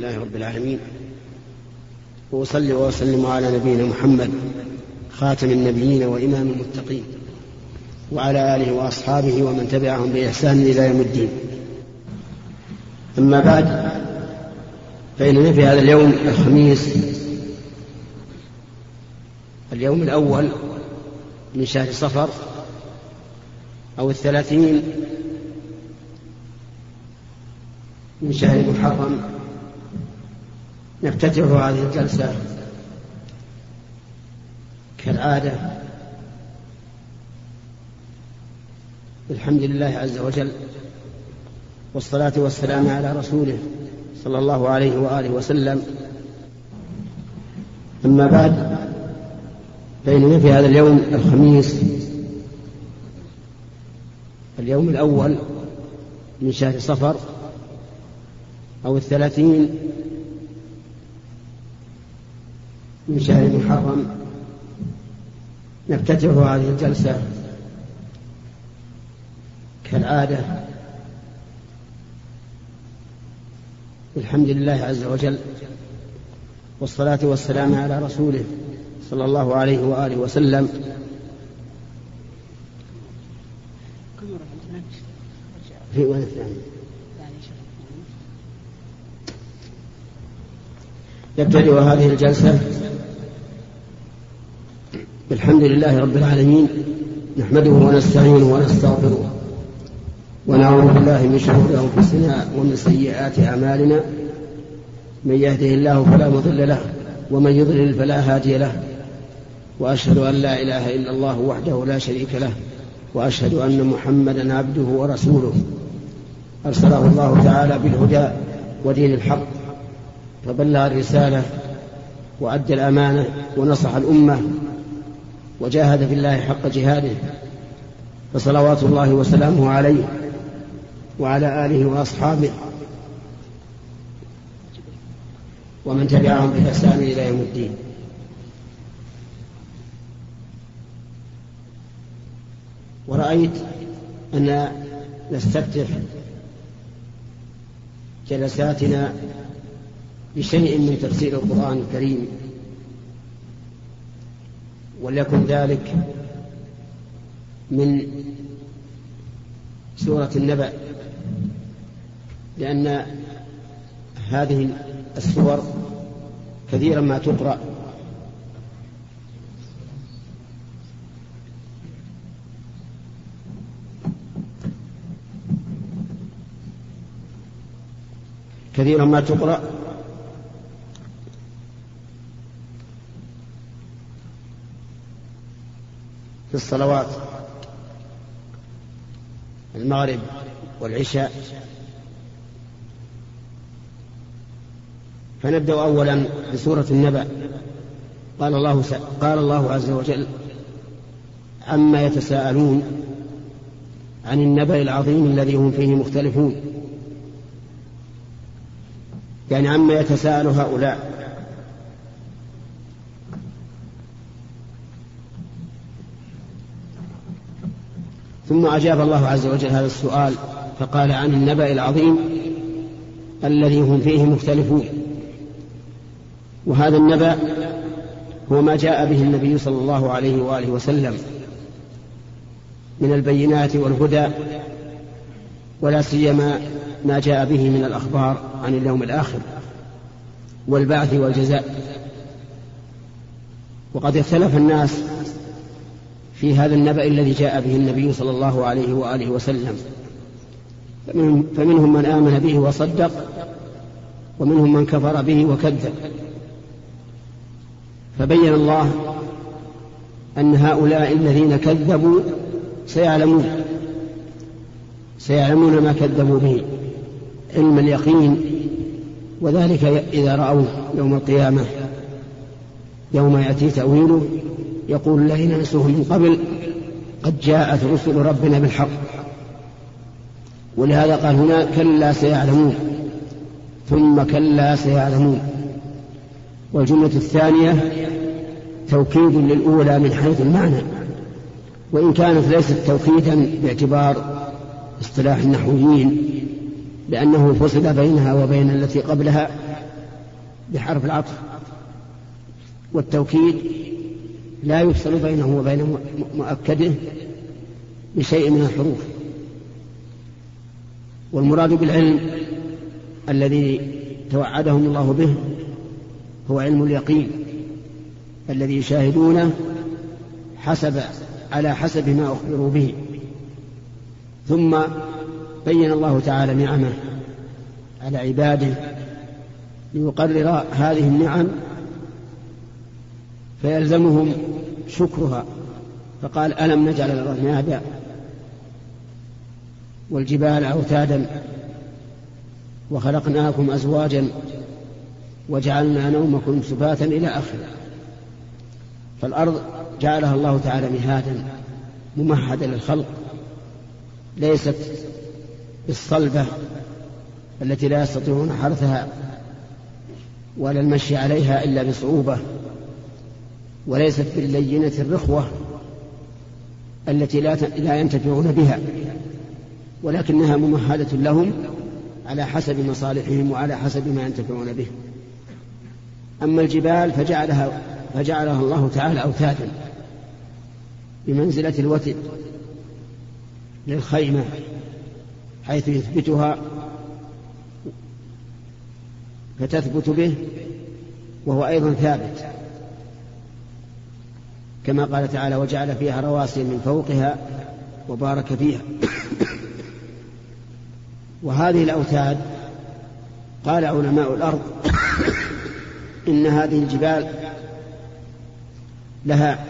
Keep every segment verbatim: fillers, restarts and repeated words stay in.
لله رب العالمين، وأصلي وأسلم على نبينا محمد خاتم النبيين وإمام المتقين، وعلى آله وأصحابه ومن تبعهم بإحسان إلى يوم الدين. أما بعد، فإننا في هذا اليوم الخميس، اليوم الأول من شهر صفر أو الثلاثين من شهر محرم، نفتتح هذه الجلسة كالعادة الحمد لله عز وجل، والصلاة والسلام على رسوله صلى الله عليه وآله وسلم. أما بعد، فإننا في هذا اليوم الخميس اليوم الأول من شهر صفر أو الثلاثين من شهر محرم، نفتتح هذه الجلسة كالعادة الحمد لله عز وجل، والصلاة والسلام على رسوله صلى الله عليه وآله وسلم. في وين الثاني؟ يبتدئ هذه الجلسة الحمد لله رب العالمين، نحمده ونستعينه ونستغفره، ونعوذ بالله من شرور أنفسنا ومن سيئات أعمالنا، من يهده الله فلا مضل له ومن يضلل فلا هادي له، وأشهد أن لا إله إلا الله وحده لا شريك له، وأشهد أن محمدا عبده ورسوله، أرسله الله تعالى بالهدى ودين الحق، فبلغ الرسالة وأدى الأمانة ونصح الأمة وجاهد في الله حق جهاده، فصلوات الله وسلامه عليه وعلى آله وأصحابه ومن تبعهم بإحسان إلى يوم الدين. ورأيت أن نستفتح جلساتنا بشيء من تفسير القرآن الكريم، وليكن ذلك من سورة النبأ، لأن هذه السور كثيرا ما تقرأ كثيرا ما تقرأ في الصلوات المغرب والعشاء. فنبدأ أولا بسورة النبأ. قال الله, قال الله عز وجل: عما يتساءلون عن النبأ العظيم الذي هم فيه مختلفون، يعني عما يتساءل هؤلاء. ثم أجاب الله عز وجل هذا السؤال فقال: عن النبأ العظيم الذي هم فيه مختلفون. وهذا النبأ هو ما جاء به النبي صلى الله عليه وآله وسلم من البينات والهدى، ولا سيما ما جاء به من الأخبار عن اليوم الآخر والبعث والجزاء. وقد اختلف الناس في هذا النبأ الذي جاء به النبي صلى الله عليه وآله وسلم، فمنهم من آمن به وصدق، ومنهم من كفر به وكذب. فبين الله أن هؤلاء الذين كذبوا سيعلمون سيعلمون ما كذبوا به علم اليقين، وذلك إذا رأوه يوم القيامة، يوم يأتي تأويله يقول الذين نسوه من قبل قد جاءت رسل ربنا بالحق. ولهذا قال هنا: كلا سيعلمون، ثم كلا سيعلمون. والجملة الثانية توكيد للأولى من حيث المعنى، وإن كانت ليست توكيدا باعتبار اصطلاح النحويين، لأنه فصل بينها وبين التي قبلها بحرف العطف، والتوكيد لا يفصل بينه وبين مؤكده بشيء من الحروف. والمراد بالعلم الذي توعدهم الله به هو علم اليقين الذي يشاهدونه حسب على حسب ما أخبروا به. ثم بين الله تعالى نعمه على عباده ليقرر هذه النعم فيلزمهم شكرها، فقال: ألم نجعل الأرض مهادا والجبال أوتادا وخلقناكم أزواجا وجعلنا نومكم سباتا إلى آخره. فالأرض جعلها الله تعالى مهادا ممهدا للخلق، ليست بالصلبة التي لا يستطيعون حرثها ولا المشي عليها إلا بصعوبة، وليست باللينة الرخوة التي لا ينتفعون بها، ولكنها ممهدة لهم على حسب مصالحهم وعلى حسب ما ينتفعون به. أما الجبال فجعلها, فجعلها الله تعالى أوتادا بمنزلة الوتد للخيمة، حيث يثبتها فتثبت به وهو أيضا ثابت، كما قال تعالى: وجعل فيها رواسي من فوقها وبارك فيها. وهذه الأوتاد قال علماء الأرض إن هذه الجبال لها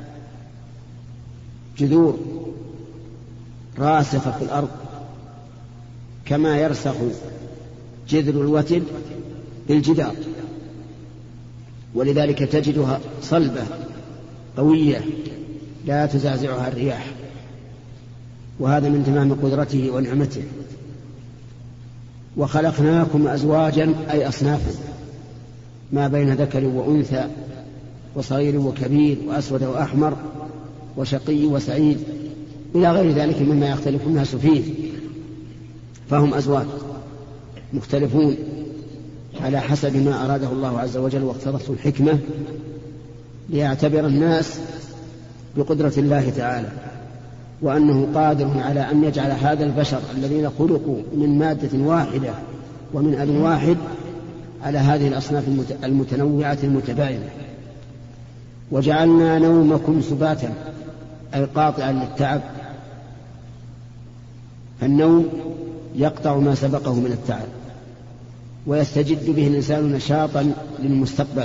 جذور راسخة في الأرض كما يرسخ جذر الوتد بالجدار، ولذلك تجدها صلبة قوية لا تزعزعها الرياح، وهذا من تمام قدرته ونعمته. وخلقناكم أزواجا أي أصنافا ما بين ذكر وأنثى وصغير وكبير وأسود وأحمر وشقي وسعيد إلى غير ذلك مما يختلف الناس فيه، فهم أزواج مختلفون على حسب ما أراده الله عز وجل واقتضته الحكمة، ليعتبر الناس بقدرة الله تعالى وأنه قادر على أن يجعل هذا البشر الذين خلقوا من مادة واحدة ومن أب واحد على هذه الأصناف المتنوعة المتباينة. وجعلنا نومكم سباتا أي قاطعا للتعب، فالنوم يقطع ما سبقه من التعب ويستجد به الإنسان نشاطا للمستقبل،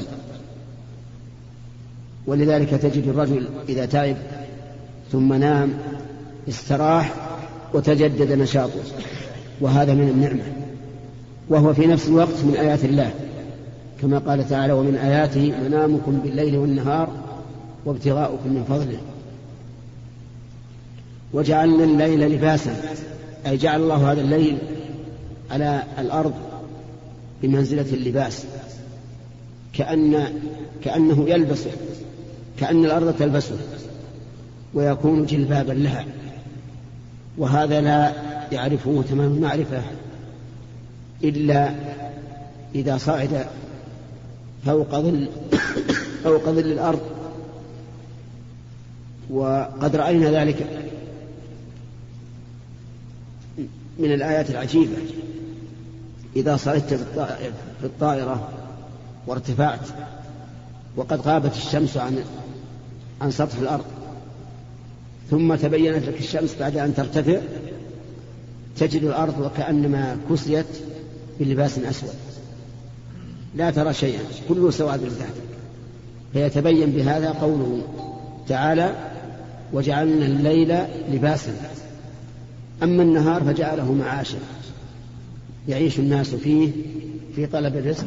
ولذلك تجد الرجل إذا تعب ثم نام استراح وتجدد نشاطه، وهذا من النعمة، وهو في نفس الوقت من آيات الله، كما قال تعالى: ومن آياته منامكم بالليل والنهار وابتغاؤكم من فضله. وجعلنا الليل لباسا أي جعل الله هذا الليل على الأرض بمنزلة اللباس، كأن كأنه يلبسه، كأن الأرض تلبسه ويكون جلبابا لها. وهذا لا يعرفه تمام المعرفة إلا إذا صعد فوق ظل فوق ظل الأرض، وقد رأينا ذلك من الآيات العجيبة. إذا صعدت في الطائرة وارتفعت وقد غابت الشمس عن عن سطح الأرض، ثم تبينت لك الشمس بعد أن ترتفع، تجد الأرض وكأنما كسيت بلباس أسود، لا ترى شيئا، كله سواد من تحتك. فيتبين بهذا قوله تعالى: وجعلنا الليل لباسا. أما النهار فجعله معاشا يعيش الناس فيه في طلب الرزق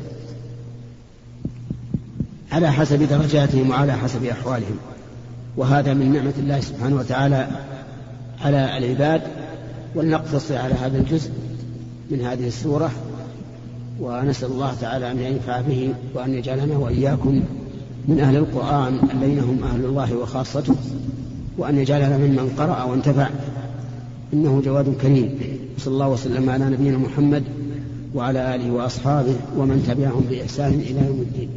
على حسب درجاتهم وعلى حسب أحوالهم، وهذا من نعمة الله سبحانه وتعالى على العباد. ولنقتصر على هذا الجزء من هذه السورة، ونسأل الله تعالى أن ينفع به وأن يجعلنا وإياكم من أهل القرآن الذين هم أهل الله وخاصته، وأن يجعلنا ممن قرأ وانتفع، إنه جواد كريم. صلى الله وسلم على نبينا محمد وعلى آله وأصحابه ومن تبعهم بإحسان إلى يوم الدين.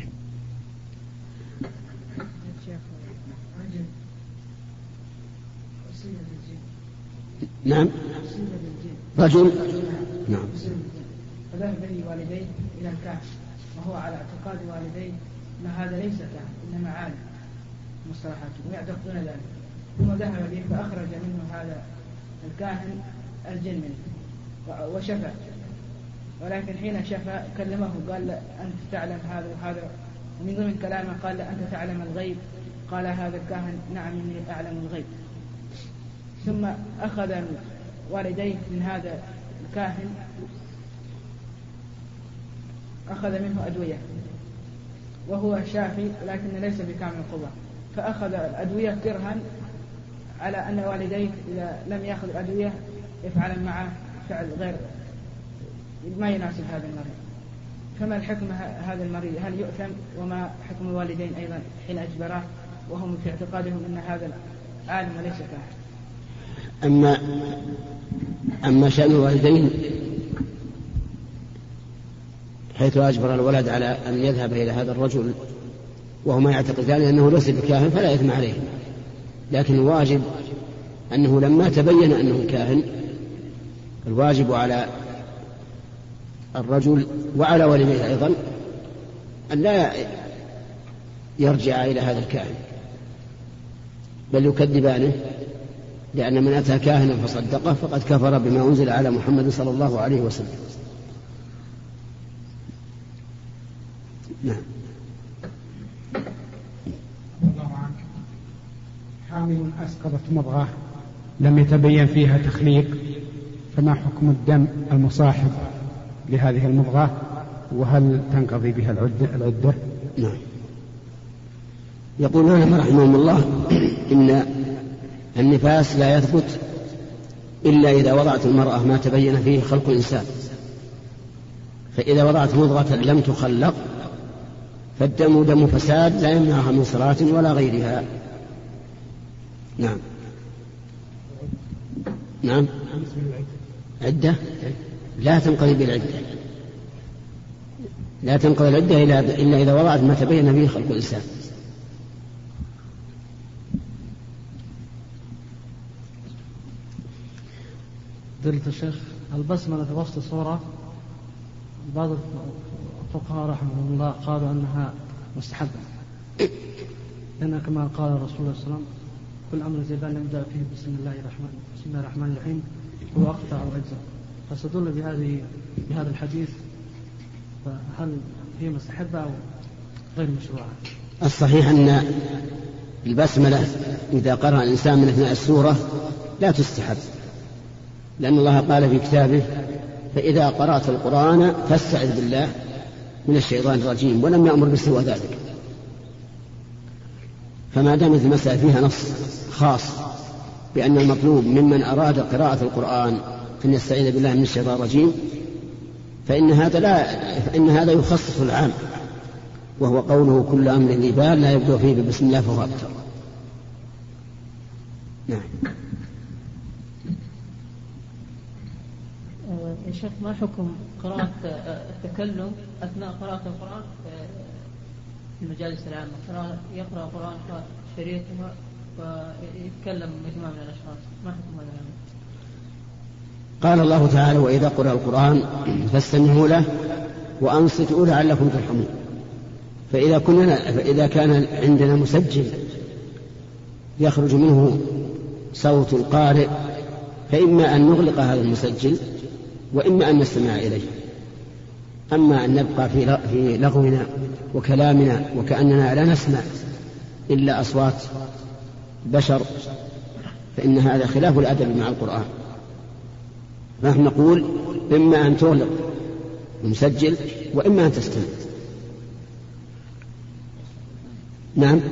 نعم رجل نعم فذهب به والديه إلى الكهف وهو على اعتقاد والديه أن هذا ليس كهف إنما عالم مصطلحاته ويعتقدون ذلك، ثم ذهب به فأخرج منه هذا الكاهن الجن منه وشفى، ولكن حين شفى كلمه قال أنت تعلم هذا وهذا، ومن ضمن كلامه قال أنت تعلم الغيب، قال هذا الكاهن نعم إني أعلم الغيب. ثم أخذ والديه من هذا الكاهن أخذ منه أدوية وهو شافي لكن ليس بكامل القوة، فأخذ الأدوية كرها على أن والديه إذا لم يأخذ الأدوية يفعل معه فعل غير ما يناسب هذا المريض. فما الحكم هذا المريض؟ هل يؤثم؟ وما حكم الوالدين أيضا حين أجبراه وهم في اعتقادهم أن هذا عالم وليس كاهن؟ أما أما شأن الوالدين حيث أجبر الولد على أن يذهب إلى هذا الرجل وهما يعتقدان أنه ليس بكاهن فلا إثم عليه، لكن الواجب أنه لما تبين أنه كاهن الواجب على الرجل وعلى والديه أيضا أن لا يرجع إلى هذا الكاهن بل يكذبانه، لأن من أتى كاهنا فصدقه فقد كفر بما أنزل على محمد صلى الله عليه وسلم. نعم. الله عنك. حامل أسقطت مضغة لم يتبين فيها تخليق، فما حكم الدم المصاحب لهذه المضغة وهل تنقضي بها العدة؟ نعم. يقول العلماء رحمهم الله إن النفاس لا يثبت إلا إذا وضعت المرأة ما تبين فيه خلق الإنسان، فإذا وضعت مضغة لم تخلق فالدم دم فساد لا يمنعها من صلاة ولا غيرها. نعم. نعم. عدة لا تنقضي بالعدة، لا تنقضي العدة إلا إذا وضعت ما تبين فيه خلق الإنسان. فضيلة الشيخ، البسملة في وسط الصورة بعض الفقهاء رحمه الله قالوا أنها مستحبة، لأن كما قال الرسول صلى الله عليه وسلم كل أمر زبال نبدأ فيه بسم الله الرحمن بسم الله الرحمن الرحيم هو أقطع أو أجزاء، فاستدل بهذه بهذا الحديث، فهل هي مستحبة أو غير مشروعة؟ الصحيح أن البسملة إذا قرأ الإنسان من أثناء السورة لا تستحب، لأن الله قال في كتابه فإذا قرأت القرآن فاستعذ بالله من الشيطان الرجيم، ولم يأمر بسوى ذلك. فما دامت المسألة فيها نص خاص بأن المطلوب ممن أراد قراءة القرآن أن يستعيذ بالله من الشيطان الرجيم، فإن هذا لا فإن هذا يخصص العام، وهو قوله كل أمر ذي بال لا يبدأ فيه بسم الله فهو أبتر. نعم. يا شيخ، ما حكم قراءة التكلم أثناء قراءة القرآن في المجالس العامة؟ يقرأ القرآن شريطها ويتكلم مجموعة من الأشخاص، ما حكم هذا الأمر؟ قال الله تعالى وإذا قرأ القرآن فاستمعوا له وأنصتوا لعلكم ترحمون. فإذا, كنا فإذا كان عندنا مسجل يخرج منه صوت القارئ فإما أن نغلق هذا المسجل وإما أن نستمع إليه. أما أن نبقى في لغونا وكلامنا وكأننا لا نسمع إلا أصوات بشر فإن هذا خلاف الأدب مع القرآن. فنحن نقول إما أن تغلق المسجل وإما أن تستمع. نعم.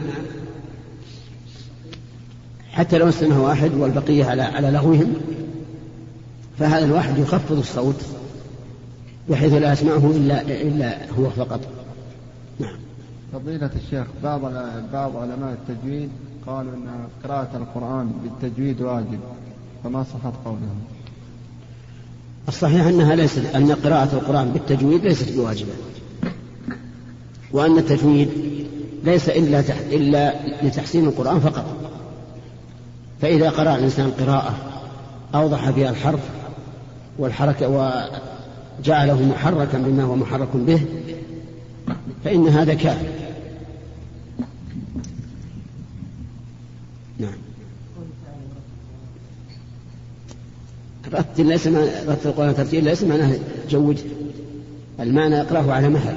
حتى لو استمع واحد والبقية على على لغوهم فهذا الواحد يخفض الصوت بحيث لا يسمعه إلا إلا هو فقط. نعم. فضيلة الشيخ، بعض بعض علماء التجويد قالوا أن قراءة القرآن بالتجويد واجب، فما صحت قولهم؟ الصحيح أنها ليست أن قراءة القرآن بالتجويد ليست بواجبة، وأن التجويد ليس إلا إلا لتحسين القرآن فقط. فإذا قرأ الإنسان قراءة أوضح فيها الحرف والحركة وجعله محركا بما هو محرك به فإن هذا كافٍ. نعم. رتل ليس معنى رتل القرآن ترتيل ليس معناه جود، المعنى يقرأه على مهل.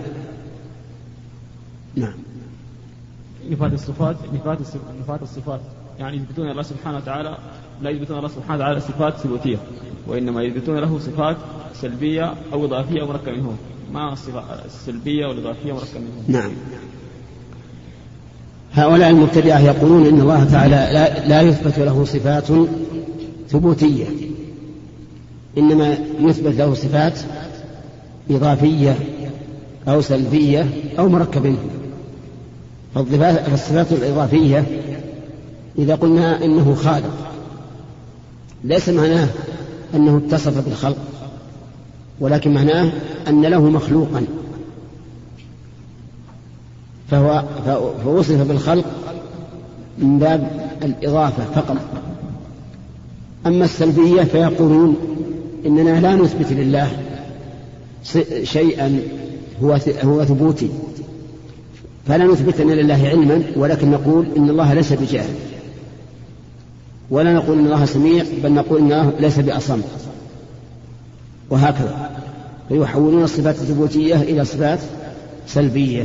نعم. نفاة الصفات نفاة نفاة الصفات يعني يثبتون الله سبحانه وتعالى، لا يثبتون الله سبحانه وتعالى صفات ثبوتية، وإنما يثبتون له صفات سلبية أو إضافية أو مركب منهم. ما الصفات السلبية والإضافية مركب منهم؟ نعم. هؤلاء المبتدعة يقولون إن الله تعالى لا, لا يثبت له صفات ثبوتية، إنما يثبت له صفات إضافية أو سلبية أو مركب منهم. فالصفات الإضافية إذا قلنا إنه خالق ليس معناه أنه اتصف بالخلق، ولكن معناه أن له مخلوقا فهو فوصف بالخلق من باب الإضافة فقط. أما السلبية فيقولون إننا لا نثبت لله شيئا هو هو ثبوتي، فلا نثبت أن لله علما، ولكن نقول إن الله ليس بجاهل، ولا نقول إن الله سميع، بل نقول إن الله ليس بأصم، وهكذا. فيحولون الصفات الثبوتية إلى صفات سلبية.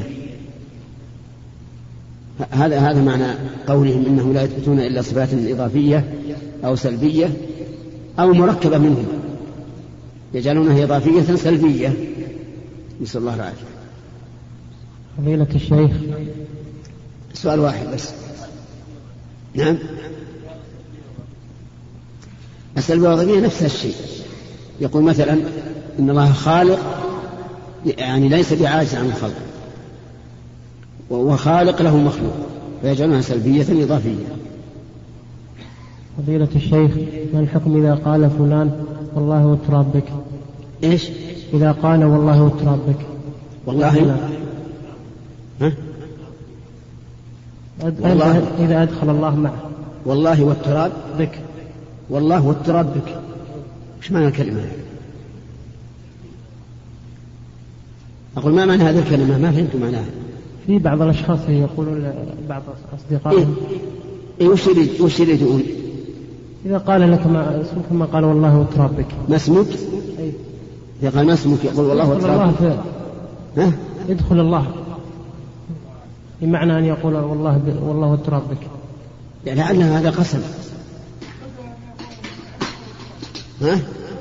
هذا هذا معنى قولهم إنه لا يثبتون إلا صفات إضافية أو سلبية أو مركبة منهم، يجعلونها إضافية سلبية، نسأل الله العافية. فضيلة الشيخ، سؤال واحد بس. نعم. السلبية والإضافية نفس الشيء. يقول مثلا إن الله خالق يعني ليس بعاجز عن الخلق، وهو خالق له مخلوق، فيجعلها سلبية إضافية. فضيلة الشيخ، ما الحكم إذا قال فلان والله والتراب بك؟ إيش؟ إذا قال والله والتراب بك. والله ها؟ والله إذا أدخل الله معه. والله والتراب بك. والله والتراب بك، إيش معنى الكلمة؟ أقول ما معنى هذه الكلمة؟ ما فهمت معناها. في بعض الأشخاص يقولون بعض أصدقائهم إيه وش يريد وش يريدون؟ إذا قال لك ما اسمك ما قال والله والتراب بك. ما اسمك؟ أي. إذا قال ما اسمك يقول والله والتراب. الله ها؟ يدخل الله، بمعنى أن يقول والله ب... والله والتراب بك. يعني لعل هذا قسم. ها؟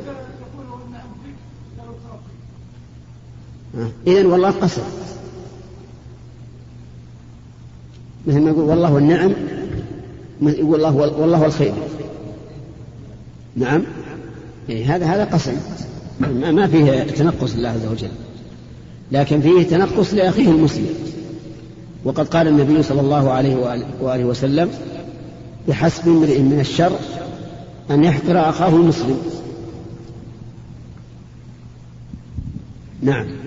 إذن والله قسم، مثل ما يقول والله والنعم، يقول الله والله والخير. نعم. إيه هذا هذا قسم، ما فيه تنقص لله عز وجل، لكن فيه تنقص لأخيه المسلم. وقد قال النبي صلى الله عليه وآله وسلم: بحسب امرئ من الشر أن يحقر أخاه المسلم. نعم.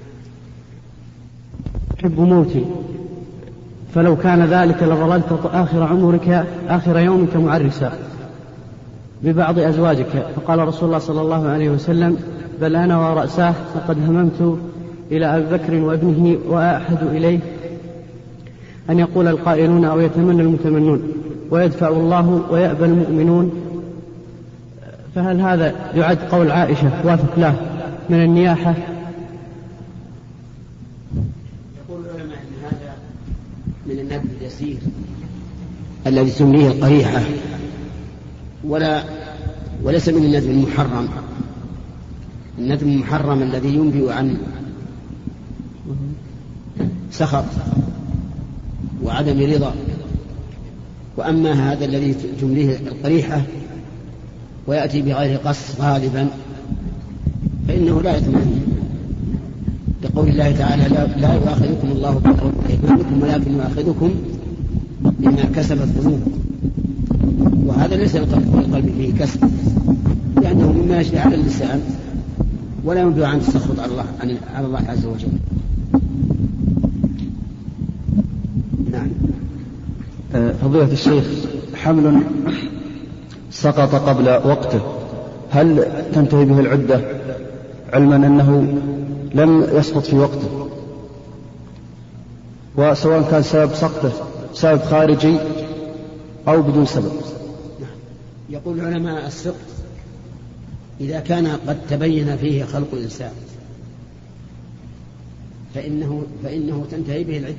أحب موتي، فلو كان ذلك لظللت آخر عمرك آخر يومك معرسا ببعض أزواجك. فقال رسول الله صلى الله عليه وسلم: بل أنا ورأساه، فقد هممت إلى أبي بكر وابنه وأحد إليه أن يقول القائلون أو يتمنى المتمنون ويدفع الله ويأبى المؤمنون. فهل هذا يعد قول عائشة وافق له من النياحة؟ يقول العلماء أن هذا من الندب اليسير الذي تمليه القريحة، ولا وليس من الندب المحرم. الندب المحرم الذي ينبئ عن سخط وعدم رضا. وأما هذا الذي تمليه القريحة ويأتي بغير قصد غالبا فإنه لا يتمنى، لقول الله تعالى: لا يؤاخذكم الله بغلط أيمانكم ولكن يؤاخذكم بما كسبت قلوبكم. وهذا ليس القلب فيه كسب، لأنه مما يجري على اللسان ولا ينبغي أن تسخط على الله على الله عز وجل. نعم. فضيلة الشيخ، حمل سقط قبل وقته هل تنتهي به العدة علما أنه لم يسقط في وقته، وسواء كان سبب سقطه سبب خارجي أو بدون سبب؟ يقول العلماء السقط إذا كان قد تبين فيه خلق الإنسان فإنه, فإنه تنتهي به العدة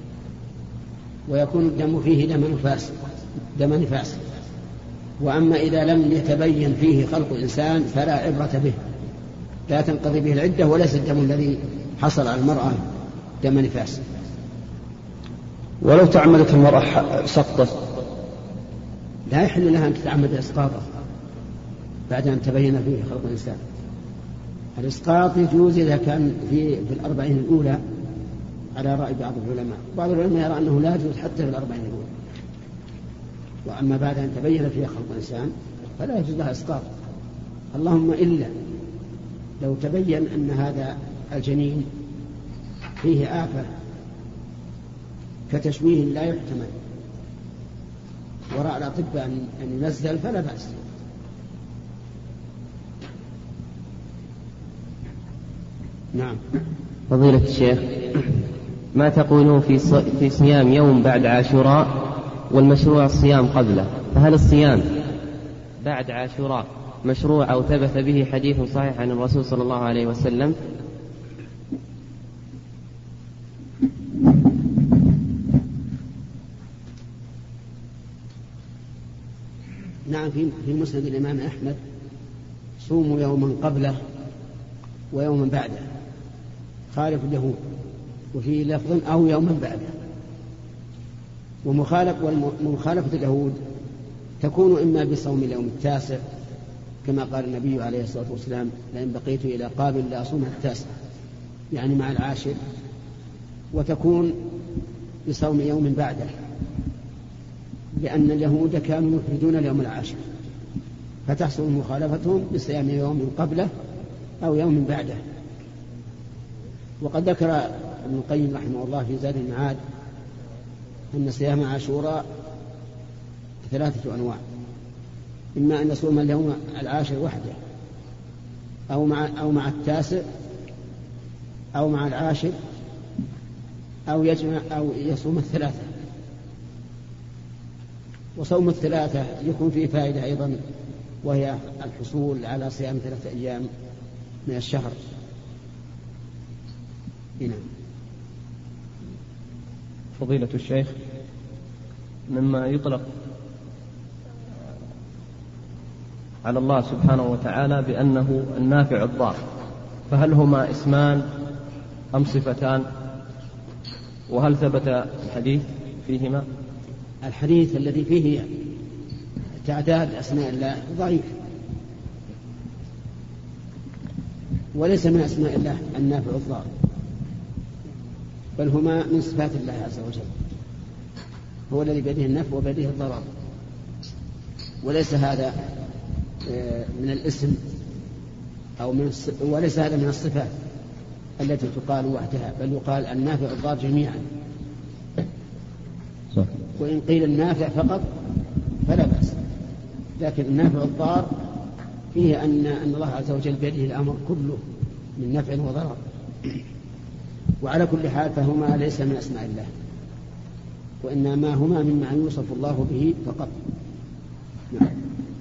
ويكون الدم فيه دم نفاس دم نفاس. وأما إذا لم يتبين فيه خلق الإنسان فلا عبرة به، لا تنقضي به العدة، وليس الدم الذي حصل على المرأة دم نفاس. ولو تعمدت المرأة سقطه لا يحل لها أن تتعمد إسقاطه بعد أن تبين فيه خلق الإنسان. الإسقاط يجوز إذا كان في, في الأربعين الأولى على رأي بعض العلماء. بعض العلماء يرى أنه لا يجوز حتى في الأربعين الأولى، وأما بعد أن تبين فيه خلق الإنسان فلا يجوز لها إسقاط. اللهم إلا لو تبين أن هذا الجنين فيه آفة كتشويه لا يحتمل ورأى الأطباء أن ينزل فلا بأس. نعم. فضيلة الشيخ، ما تقولون في في صيام يوم بعد عاشوراء والمشروع الصيام قبله، فهل الصيام بعد عاشوراء مشروع أو ثبت به حديث صحيح عن الرسول صلى الله عليه وسلم؟ نعم. في مسند الإمام أحمد صوموا يوما قبله ويوما بعده خالف اليهود، وفي لفظ أو يوما بعده. ومخالفة اليهود تكون إما بصوم اليوم التاسع كما قال النبي عليه الصلاة والسلام لئن بقيت إلى قابل لأصوم التاسع يعني مع العاشر، وتكون بصوم يوم بعده لأن اليهود كانوا يفردون اليوم العاشر، فتحصل مخالفتهم بصيام يوم قبله أو يوم بعده. وقد ذكر ابن القيم رحمه الله في زاد المعاد أن صيام عاشوراء ثلاثة أنواع: إما أن يصوم اليوم العاشر وحده أو مع, أو مع التاسع أو مع العاشر أو يجمع أو يصوم الثلاثة. وصوم الثلاثة يكون فيه فائدة أيضا، وهي الحصول على صيام ثلاثة أيام من الشهر. هنا. فضيلة الشيخ، مما يطلق على الله سبحانه وتعالى بأنه النافع الضار، فهل هما اسمان أم صفتان؟ وهل ثبت الحديث فيهما؟ الحديث الذي فيه تعداد أسماء الله ضعيف، وليس من أسماء الله النافع الضار، بل هما من صفات الله عز وجل، هو الذي بيده النفع وبيده الضرر، وليس هذا من الاسم أو من وليس هذا من الصفات التي تقال وحدها، بل يقال النافع الضار جميعا. وإن قيل النافع فقط فلا بأس، لكن النافع الضار فيه أن أن الله عز وجل بيده الأمر كله من نفع وضرر. وعلى كل حال فهما ليس من أسماء الله، وإنما هما مما يوصف الله به فقط. نعم.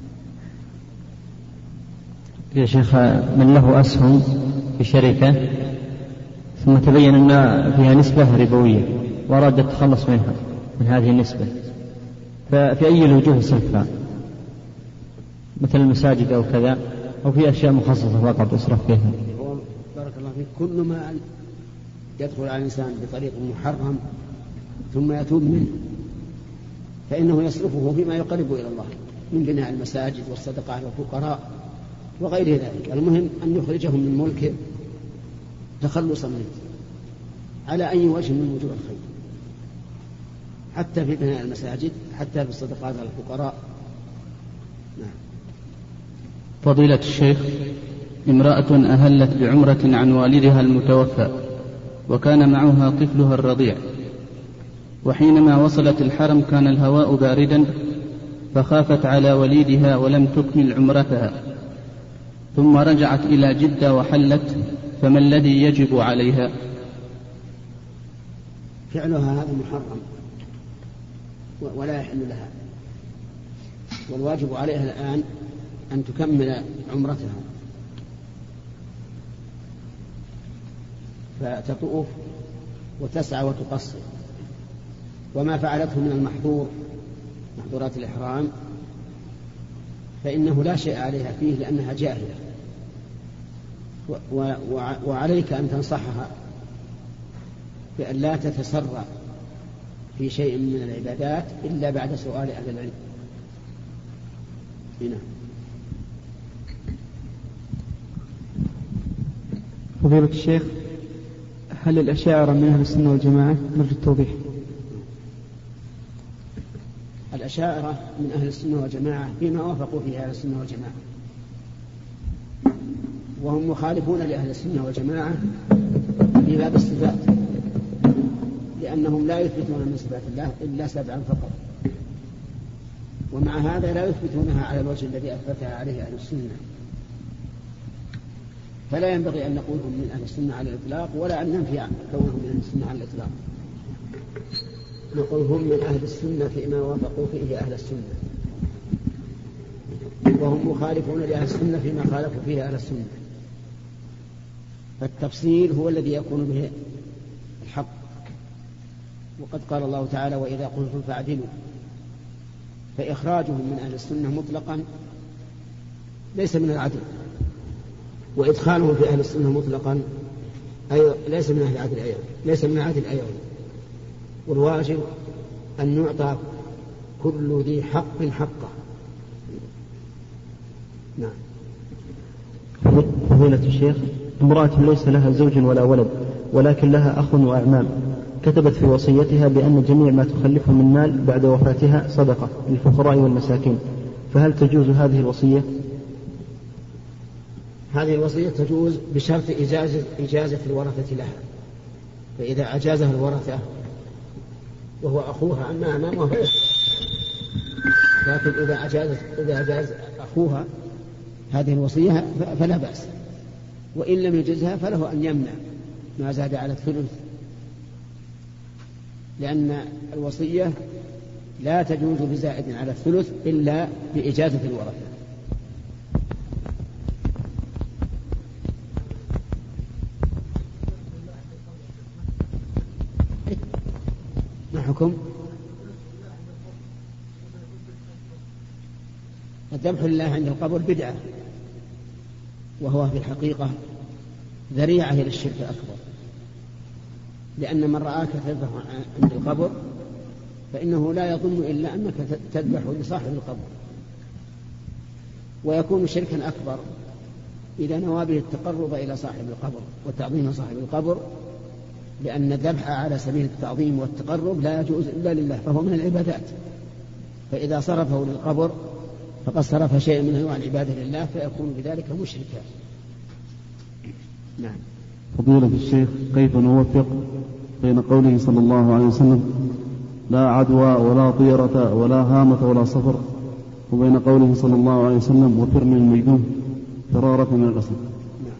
يا شيخ، من له أسهم في شركة ثم تبين أن فيها نسبة ربوية وأراد التخلص منها من هذه النسبة، ففي أي الوجوه يصرفها؟ مثل المساجد أو كذا، أو في أشياء مخصصة فقط يصرف فيها؟ بارك الله فيك. كل ما يدخل على الإنسان بطريق محرم ثم يتوب منه فإنه يصرفه فيما يقرب إلى الله من بناء المساجد والصدقة على الفقراء وغير ذلك. المهم أن يخرجهم من ملكه تخلصا منه على أي وجه من وجوه الخير، حتى في بناء المساجد، حتى في الصدقات على الفقراء. نعم. فضيلة الشيخ، امرأة أهلت بعمرة عن والدها المتوفى وكان معها طفلها الرضيع، وحينما وصلت الحرم كان الهواء باردا فخافت على وليدها ولم تكمل عمرتها، ثم رجعت إلى جدة وحلت، فما الذي يجب عليها؟ فعلها هذا محرم ولا يحل لها، والواجب عليها الآن أن تكمل عمرتها، فتطوف وتسعى وتقصر. وما فعلته من المحظور محظورات الإحرام فإنه لا شيء عليها فيه لأنها جاهلة، وعليك أن تنصحها بأن لا تتسرع في شيء من العبادات إلا بعد سؤال أهل العلم. هنا فضيلة الشيخ، هل الأشاعرة من أهل السنة والجماعة؟ نرجو التوضيح. الأشاعرة من أهل السنة والجماعة فيما وافقوا فيه أهل السنة والجماعة، وهم مخالفون لأهل السنة والجماعة في باب الصفات، لأنهم لا يثبتون من صفات الله إلا سبعا فقط، ومع هذا لا يثبتونها على الوجه الذي أثبتها عليه أهل السنة، فلا ينبغي أن نقول هم من أهل السنة على الإطلاق ولا أن ننفي كونهم من أهل السنة على الإطلاق. نقول هم من أهل السنة فيما وافقوا فيه أهل السنة، وهم مخالفون لأهل السنة فيما خالفوا فيه أهل السنة. فالتفصيل هو الذي يكون به الحق. وقد قال الله تعالى: وإذا قلتم فاعدلوا. فإخراجهم من أهل السنة مطلقا ليس من العدل، وإدخالهم في أهل السنة مطلقا أي ليس من أهل العدل أيضا، ليس من العدل أيضا. والواجب أن يعطى كل ذي حق حقه. نعم. فضيلة الشيخ، امرأة ليس لها زوج ولا ولد ولكن لها أخ وأعمام، كتبت في وصيتها بأن جميع ما تخلفه من مال بعد وفاتها صدقة للفقراء والمساكين، فهل تجوز هذه الوصية؟ هذه الوصية تجوز بشرط إجازة, إجازة الورثة لها، فإذا أجازها الورثة وهو أخوها أما أمامها فلا، لكن إذا أجاز, إذا أجاز أخوها هذه الوصية فلا بأس، وإن لم يجزها فله أن يمنع ما زاد على الثلث، لأن الوصية لا تجوز بزائد على الثلث إلا بإجازة الورثة. ما حكم؟ الذبح لله عند القبر بدعة، وهو في الحقيقة ذريعة إلى الشرك الأكبر، لأن من رآك تذبح عند القبر فإنه لا يظن إلا أنك تذبح لصاحب القبر، ويكون شركا أكبر إذا نوى به التقرب إلى صاحب القبر وتعظيم صاحب القبر، لأن الذبح على سبيل التعظيم والتقرب لا يجوز إلا لله، فهو من العبادات، فإذا صرفه للقبر فقد صرف شيء من أنواع العبادة لله فيكون بذلك مشركا. نعم. فضيلة الشيخ، كيف نوفق بين قوله صلى الله عليه وسلم لا عدوى ولا طيرة ولا هامة ولا صفر، وبين قوله صلى الله عليه وسلم وفر من المجنون فرارك من الأسد؟ نعم.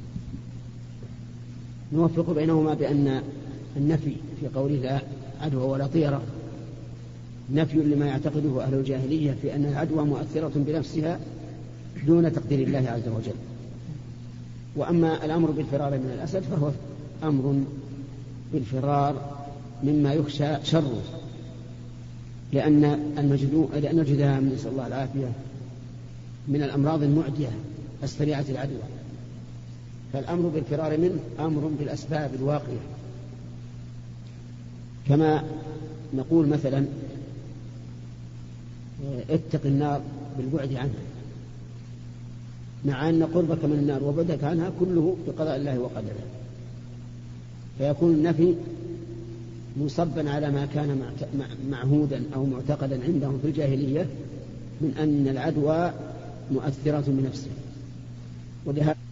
نوفق بينهما بأن النفي في قوله لا عدوى ولا طيرة نفي لما يعتقده أهل الجاهلية في أن العدوى مؤثرة بنفسها دون تقدير الله عز وجل، وأما الأمر بالفرار من الأسد فهو أمر بالفرار مما يخشى شره، لأن لأن الجذام نسأل الله العافية من الأمراض المعدية السريعة العدوى، فالأمر بالفرار منه أمر بالأسباب الواقعة، كما نقول مثلا اتق النار بالبعد عنها، مع أن قربك من النار وبعدك عنها كله بقضاء الله وقدره، فيكون النفي مصبا على ما كان معهودا أو معتقدا عندهم في الجاهلية من أن العدوى مؤثرة بنفسها. ولهذا